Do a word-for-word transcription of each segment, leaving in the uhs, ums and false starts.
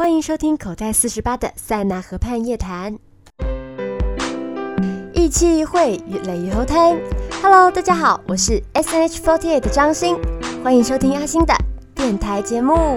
欢迎收听口袋四十八的塞纳河畔夜谈，一期一会，越来越好听。Hello， 大家好，我是 S N H 四十八 的张欣，欢迎收听阿星的电台节目。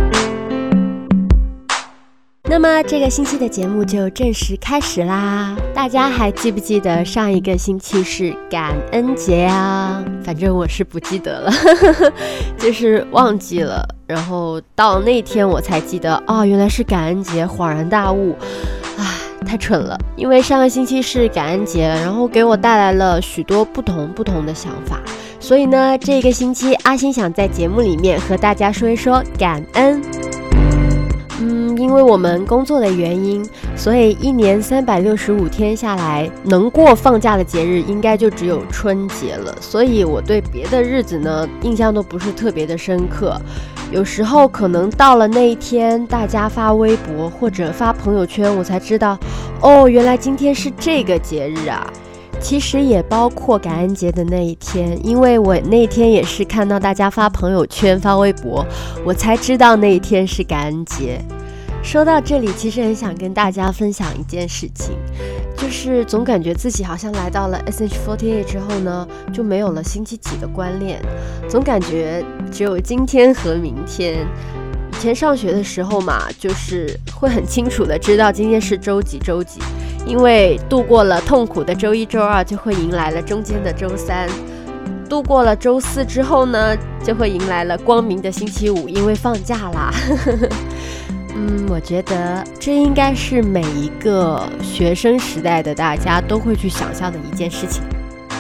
那么这个星期的节目就正式开始啦！大家还记不记得上一个星期是感恩节啊？反正我是不记得了，就是忘记了。然后到那天我才记得，哦，原来是感恩节，恍然大悟。唉，太蠢了！因为上个星期是感恩节，然后给我带来了许多不同不同的想法。所以呢，这个星期阿星想在节目里面和大家说一说感恩。嗯，因为我们工作的原因，所以一年三百六十五天下来，能过放假的节日应该就只有春节了。所以我对别的日子呢，印象都不是特别的深刻。有时候可能到了那一天，大家发微博或者发朋友圈，我才知道，哦，原来今天是这个节日啊。其实也包括感恩节的那一天，因为我那天也是看到大家发朋友圈发微博，我才知道那一天是感恩节。说到这里，其实很想跟大家分享一件事情，就是总感觉自己好像来到了 S H 四十八 之后呢，就没有了星期几的观念，总感觉只有今天和明天。以前上学的时候嘛，就是会很清楚的知道今天是周几周几，因为度过了痛苦的周一周二，就会迎来了中间的周三，度过了周四之后呢，就会迎来了光明的星期五，因为放假啦。嗯，我觉得这应该是每一个学生时代的大家都会去想象的一件事情。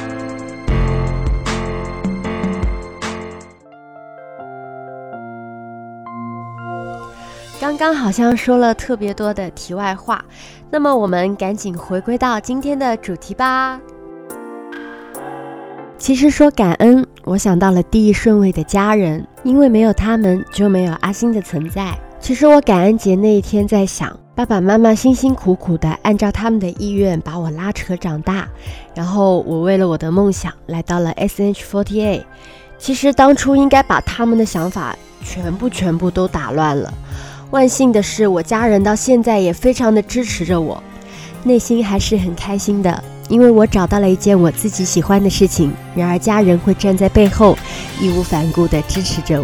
刚刚好像说了特别多的题外话，那么我们赶紧回归到今天的主题吧。其实说感恩，我想到了第一顺位的家人，因为没有他们，就没有阿星的存在。其实我感恩节那一天在想，爸爸妈妈辛辛苦苦的按照他们的意愿把我拉扯长大，然后我为了我的梦想来到了 S N H 四十八。其实当初应该把他们的想法全部全部都打乱了。万幸的是，我家人到现在也非常的支持着我，内心还是很开心的，因为我找到了一件我自己喜欢的事情，然而家人会站在背后义无反顾地支持着我。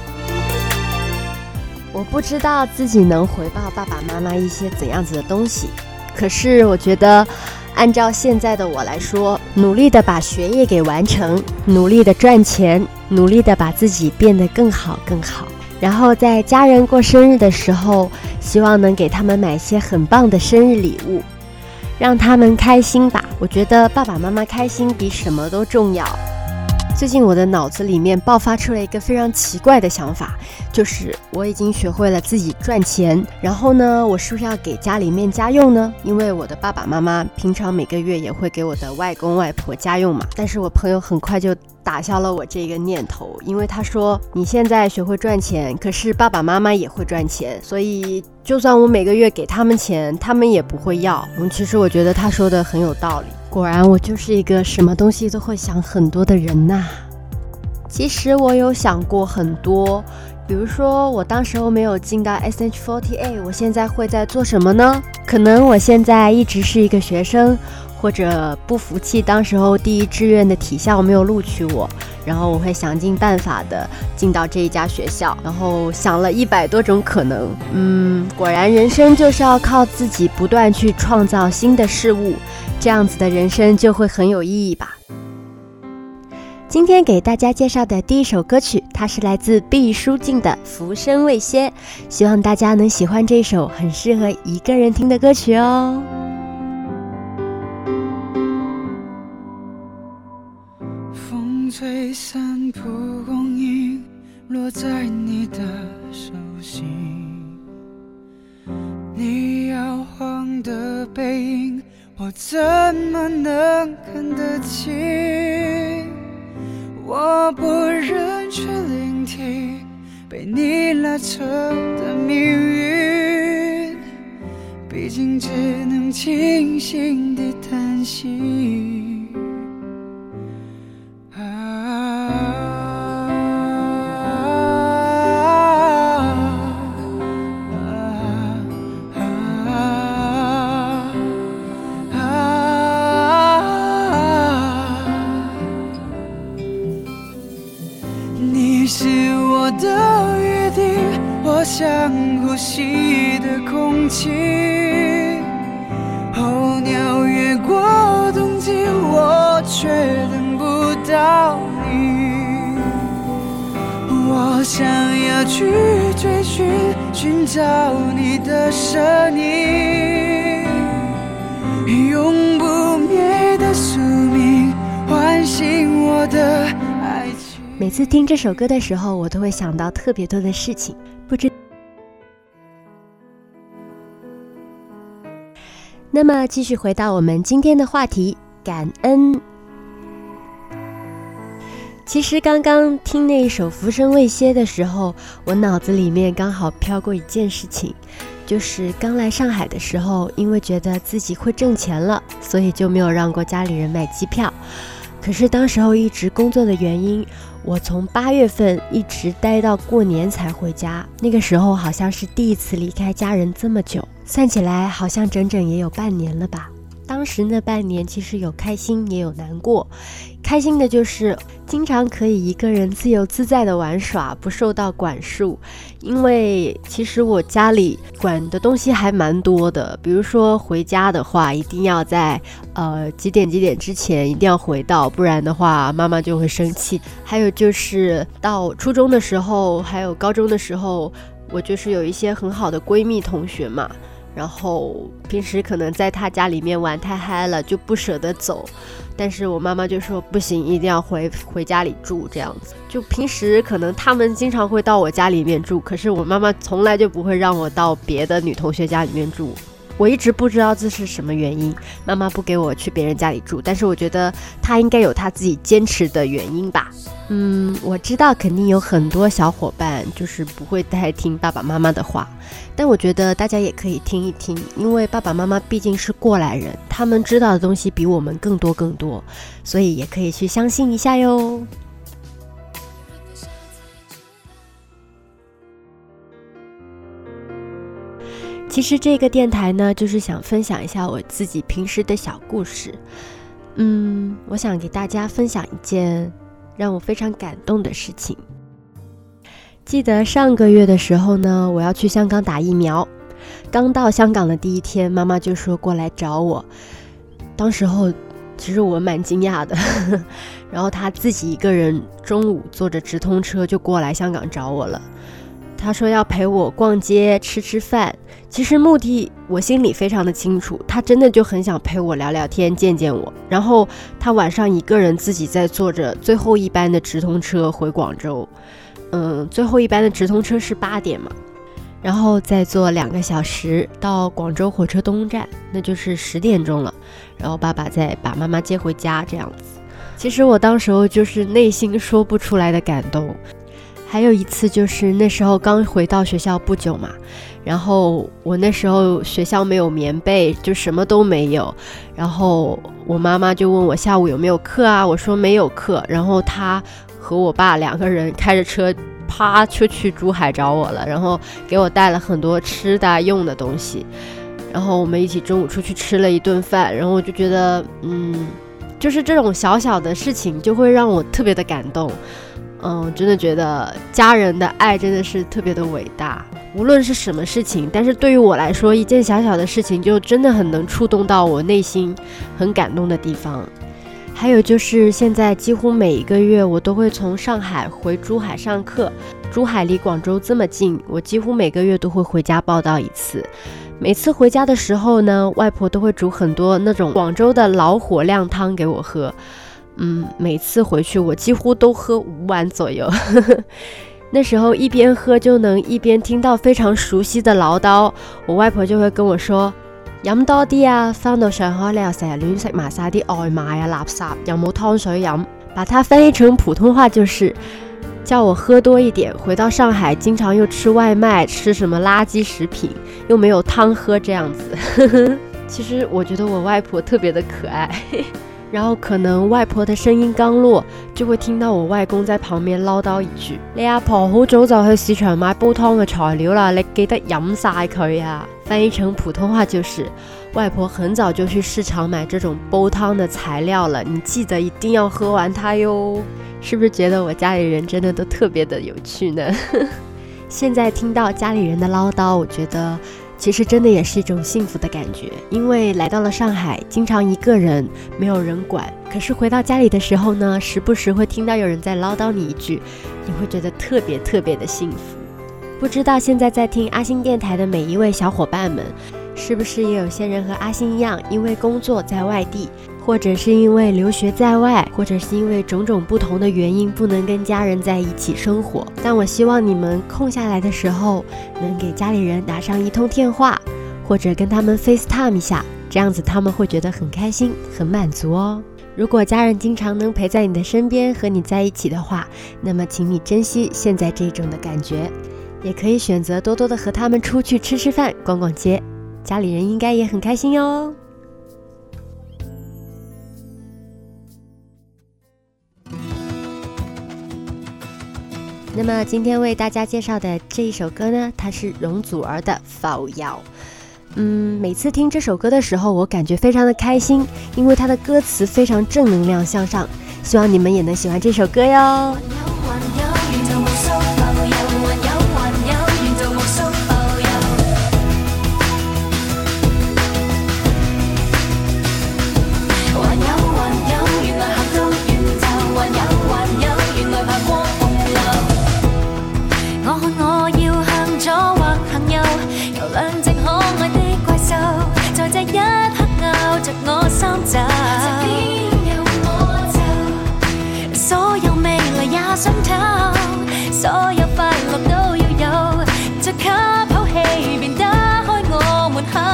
我不知道自己能回报爸爸妈妈一些怎样子的东西，可是我觉得按照现在的我来说，努力的把学业给完成，努力的赚钱，努力的把自己变得更好更好，然后在家人过生日的时候，希望能给他们买些很棒的生日礼物，让他们开心吧。我觉得爸爸妈妈开心比什么都重要。最近我的脑子里面爆发出了一个非常奇怪的想法，就是我已经学会了自己赚钱，然后呢，我是不是要给家里面家用呢？因为我的爸爸妈妈平常每个月也会给我的外公外婆家用嘛。但是我朋友很快就打消了我这个念头，因为他说你现在学会赚钱，可是爸爸妈妈也会赚钱，所以就算我每个月给他们钱，他们也不会要。嗯，其实我觉得他说的很有道理。果然我就是一个什么东西都会想很多的人呐。其实我有想过很多，比如说我当时候没有进到 S H 四十八， 我现在会在做什么呢？可能我现在一直是一个学生，或者不服气当时候第一志愿的体校没有录取我，然后我会想尽办法的进到这一家学校，然后想了一百多种可能。嗯，果然人生就是要靠自己不断去创造新的事物，这样子的人生就会很有意义吧。今天给大家介绍的第一首歌曲，它是来自毕书尽的《浮生未歇》，希望大家能喜欢这首很适合一个人听的歌曲哦。 风吹散蒲公英，落在你的手心，你摇晃的背影，我怎么能看得清？我不忍去聆听被你拉扯的命运，毕竟只能轻轻地叹息。啊啊呼吸的空气。候鸟越过冬季，我却等不到你。我想要去追寻，寻找你的身影，永不灭的宿命唤醒我的爱情。 每次听这首歌的时候，我都会想到特别多的事情，不知那么继续回到我们今天的话题，感恩。其实刚刚听那一首《浮生未歇》的时候，我脑子里面刚好飘过一件事情，就是刚来上海的时候，因为觉得自己会挣钱了，所以就没有让过家里人买机票。可是当时候一直工作的原因，我从八月份一直待到过年才回家，那个时候好像是第一次离开家人这么久，算起来好像整整也有半年了吧。当时那半年其实有开心也有难过，开心的就是经常可以一个人自由自在的玩耍，不受到管束。因为其实我家里管的东西还蛮多的，比如说回家的话一定要在呃几点几点之前一定要回到，不然的话妈妈就会生气。还有就是到初中的时候还有高中的时候，我就是有一些很好的闺蜜同学嘛，然后平时可能在她家里面玩太嗨了，就不舍得走，但是我妈妈就说不行，一定要回回家里住这样子。就平时可能他们经常会到我家里面住，可是我妈妈从来就不会让我到别的女同学家里面住。我一直不知道这是什么原因，妈妈不给我去别人家里住，但是我觉得她应该有她自己坚持的原因吧。嗯，我知道肯定有很多小伙伴就是不会太听爸爸妈妈的话，但我觉得大家也可以听一听，因为爸爸妈妈毕竟是过来人，他们知道的东西比我们更多更多，所以也可以去相信一下哟。其实这个电台呢，就是想分享一下我自己平时的小故事。嗯，我想给大家分享一件让我非常感动的事情。记得上个月的时候呢，我要去香港打疫苗，刚到香港的第一天，妈妈就说过来找我。当时候其实我蛮惊讶的然后她自己一个人中午坐着直通车就过来香港找我了。她说要陪我逛街吃吃饭，其实目的我心里非常的清楚，她真的就很想陪我聊聊天见见我。然后她晚上一个人自己在坐着最后一班的直通车回广州，嗯，最后一班的直通车是八点嘛，然后再坐两个小时到广州火车东站，那就是十点钟了，然后爸爸再把妈妈接回家这样子。其实我当时候就是内心说不出来的感动。还有一次就是那时候刚回到学校不久嘛，然后我那时候学校没有棉被，就什么都没有，然后我妈妈就问我下午有没有课啊，我说没有课，然后她和我爸两个人开着车啪就去珠海找我了，然后给我带了很多吃的用的东西，然后我们一起中午出去吃了一顿饭，然后我就觉得嗯，就是这种小小的事情就会让我特别的感动。嗯，真的觉得家人的爱真的是特别的伟大，无论是什么事情，但是对于我来说，一件小小的事情就真的很能触动到我内心很感动的地方。还有就是现在几乎每一个月我都会从上海回珠海上课，珠海离广州这么近，我几乎每个月都会回家报到一次。每次回家的时候呢，外婆都会煮很多那种广州的老火靓汤给我喝，嗯，每次回去我几乎都喝五碗左右那时候一边喝就能一边听到非常熟悉的唠叨，我外婆就会跟我说飲多啲啊，翻到上海你又成日亂食埋晒啲外賣啊垃圾，又冇湯水飲。把它翻譯成普通話就是叫我喝多一點，回到上海經常又吃外賣，吃什麼垃圾食品，又沒有湯喝這樣子其實我覺得我外婆特別的可愛然後可能外婆的聲音剛落，就會聽到我外公在旁邊嘮叨一句，你阿婆好早就去市場買煲湯嘅材料啦，你記得飲晒佢啊。翻譯成普通話就是外婆很早就去市場買這種煲湯的材料了，你記得一定要喝完它喲。是不是覺得我家裡人真的都特別的有趣呢現在聽到家裡人的嘮叨，我覺得其實真的也是一種幸福的感覺，因為來到了上海，經常一個人，沒有人管，可是回到家裡的時候呢，時不時會聽到有人在嘮叨你一句，你會覺得特別特別的幸福。不知道現在在聽阿星電台的每一位小夥伴們，是不是也有些人和阿星一樣，因為工作在外地，或者是因為留學在外，或者是因為種種不同的原因不能跟家人在一起生活。但我希望你們空下來的時候能給家裡人打上一通電話，或者跟他們 FaceTime 一下，這樣子他們會覺得很開心很滿足哦。如果家人經常能陪在你的身邊和你在一起的話，那麼請你珍惜現在這種的感覺，也可以選擇多多的和他們出去吃吃飯逛逛街，家裡人應該也很開心哦。那麼今天為大家介紹的這一首歌呢，它是容祖兒的《浮游》。嗯，每次聽這首歌的時候，我感覺非常的開心，因為它的歌詞非常正能量向上。希望你們也能喜歡這首歌喲。 想透，所有快樂都要有，再給口氣便打開我門口。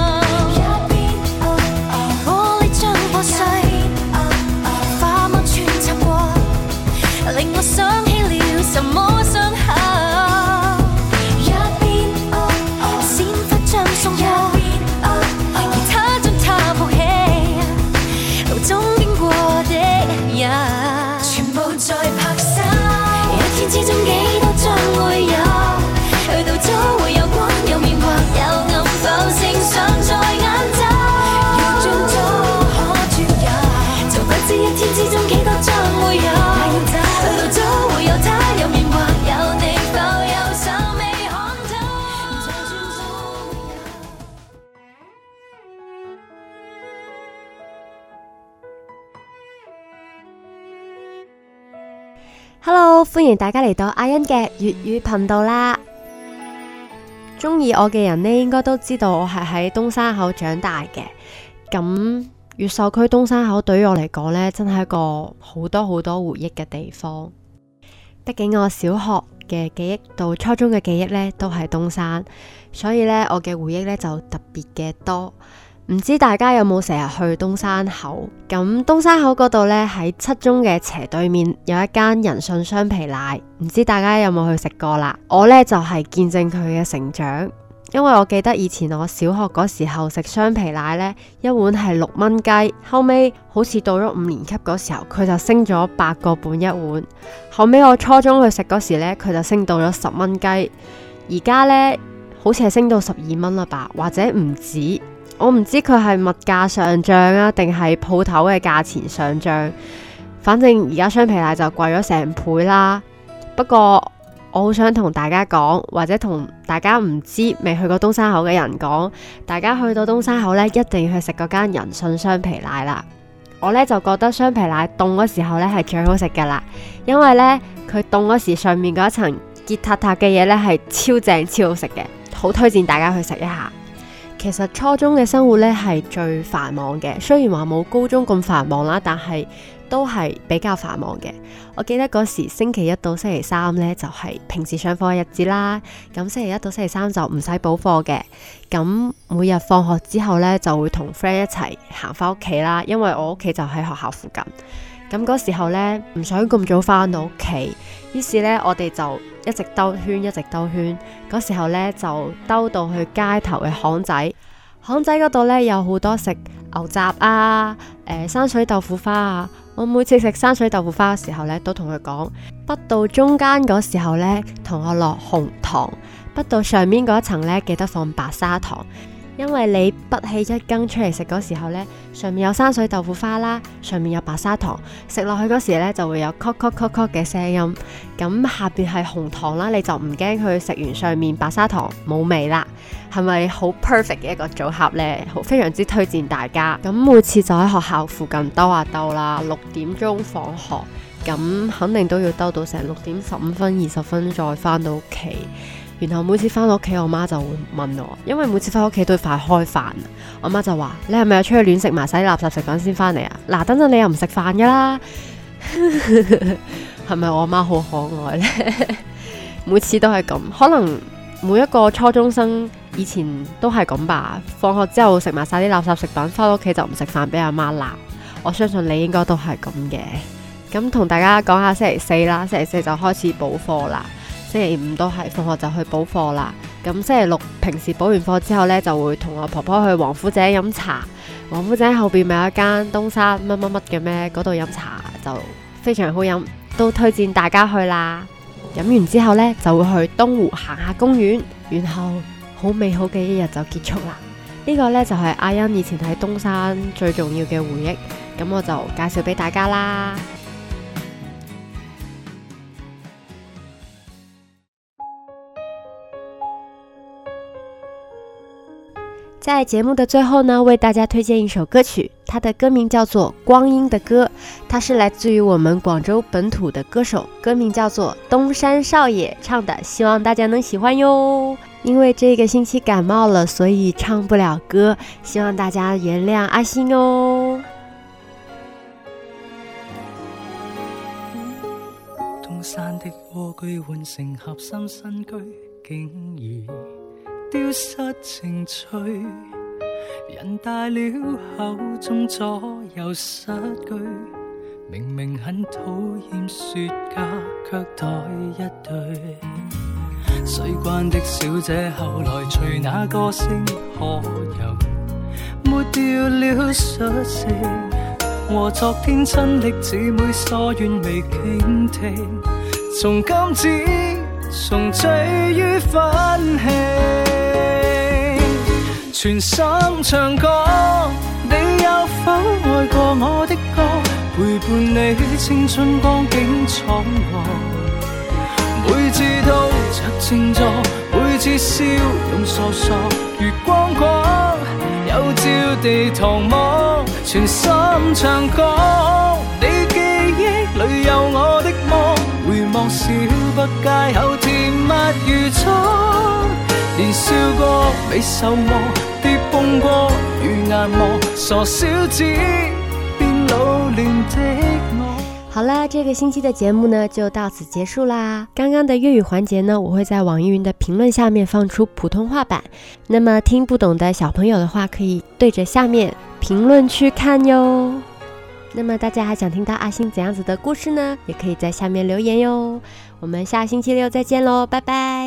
玻璃窗破碎，花芒穿插過，令我想起了什麼傷口。一邊鮮花將送過，而他將它抱起，路中經過的人，全部在拍手。始終幾多將會有，去到早會有光有面或有暗浮成常在眼周。要盡早可轉入，就不知一天之中幾多將會有，去到早會有他有面或有你浮游尚未看透，就算早會有。 Hello， 歡迎大家嚟到阿欣嘅粵語頻道啦。中意我嘅人呢，應該都知道我係喺東山口長大嘅。咁越秀區東山口對於我嚟講呢，真係一個好多好多回憶嘅地方。畢竟我小學嘅記憶到初中嘅記憶呢，都係東山，所以呢，我嘅回憶呢就特別嘅多。唔知大家有冇成日去東山口？咁東山口嗰度呢，喺七中嘅斜對面有一間仁信雙皮奶，唔知大家有冇去食過啦？我呢就係見證佢嘅成長，因為我記得以前我小學嗰時候食雙皮奶呢，一碗係六蚊雞，後尾好似到咗五年級嗰時候，佢就升咗八個半一碗，後尾我初中去食嗰時呢，佢就升到咗十蚊雞，而家呢，好似係升到十二蚊啦吧，或者唔止。我唔知佢係物價上漲啊，定係鋪頭嘅價錢上漲。反正而家雙皮奶就貴咗成倍啦。不過我好想同大家講，或者同大家唔知未去過東山口嘅人講，大家去到東山口呢，一定要去食嗰間仁信雙皮奶啦。我呢就覺得雙皮奶凍嗰時候呢係最好食噶啦，因為呢，佢凍嗰時上面嗰一層結塔塔嘅嘢呢係超正超好食嘅，好推薦大家去食一下。其實初中嘅生活呢係最繁忙嘅，雖然話冇高中咁繁忙啦，但係都係比較繁忙嘅。我記得嗰時星期一到星期三呢，就係平時上課嘅日子啦，咁星期一到星期三就唔使補課嘅，咁每日放學之後呢，就會同 friend 一齊行翻屋企啦，因為我屋企就喺學校附近。咁嗰時候呢，唔想咁早翻到屋企，於是呢，我哋就一直兜圈，一直兜圈。嗰時候呢，就兜到去街頭嘅巷仔，巷仔嗰度呢，有好多食牛雜啊，誒、呃、山水豆腐花啊。我每次食山水豆腐花嘅時候呢，都同佢講，滗到中間嗰時候呢，同我落紅糖，滗到上面嗰一層呢，記得放白砂糖。 因為你滗起一羹出嚟食嗰時候呢，上面有生水豆腐花啦，上面有白砂糖，食落去嗰時呢就會有咳咳咳咳嘅聲音。咁下邊係紅糖啦，你就唔驚佢食完上面白砂糖冇味啦。係咪好 perfect 嘅一個組合呢？好，非常之推薦大家。咁每次就喺學校附近兜下兜啦，六點鐘放學，咁肯定都要兜到成六點十五分、二十分再翻到屋企。然後每次翻到屋企，我媽就會問我，因為每次翻屋企都要快開飯，我媽就話：你係咪有出去亂食埋晒啲垃圾食品先翻嚟啊？嗱，等陣你又唔食飯噶啦，係咪我媽好可愛呢？每次都係咁，可能每一個初中生以前都係咁吧。放學之後食埋晒啲垃圾食品，翻到屋企就唔食飯，俾阿媽鬧。我相信你應該都係咁嘅。咁同大家講下星期四啦，星期四就開始補課啦。星期五都係放學就去補課啦。咁星期六平時補完課之後呢，就會同我婆婆去王府井飲茶。王府井後邊咪有一間東山乜乜乜嘅咩？嗰度飲茶就非常好飲，都推薦大家去啦。飲完之後呢，就會去東湖行下公園，然後好美好嘅一日就結束啦。呢個呢，就係阿欣以前喺東山最重要嘅回憶，咁我就介紹俾大家啦。在節目的最後呢，為大家推薦一首歌曲，它的歌名叫做《光陰的歌》，它是來自於我們廣州本土的歌手，歌名叫做東山少爺唱的，希望大家能喜歡喲。因為這個星期感冒了，所以唱不了歌，希望大家原諒阿星哦。 東山的蝸居換成合心新居，竟然丟失情趣，人大了口中左右失據，明明很討厭雪茄，卻袋一對。水關的小姐後來隨那個性可有抹掉了率性，和昨天親的姊妹疏遠未傾聽，從今只重醉於憤氣。全心唱歌，你有否愛過我的歌？陪伴你青春光景闖禍，每次都着靜坐，每次笑容傻傻，月光光有照地堂幕。全心唱歌，你記憶裏有我的夢，回望小北街後甜蜜如初，年少過未受磨，跌碰過如眼磨，傻小子變老練的我。 好啦，這個星期的節目呢就到此結束啦。剛剛的粵語環節呢，我會在網易雲的評論下面放出普通話版，那麼聽不懂的小朋友的話，可以對着下面評論區看喲。那麼大家還想聽到阿星怎樣子的故事呢？也可以在下面留言喲。我們下星期六再見嘍，拜拜。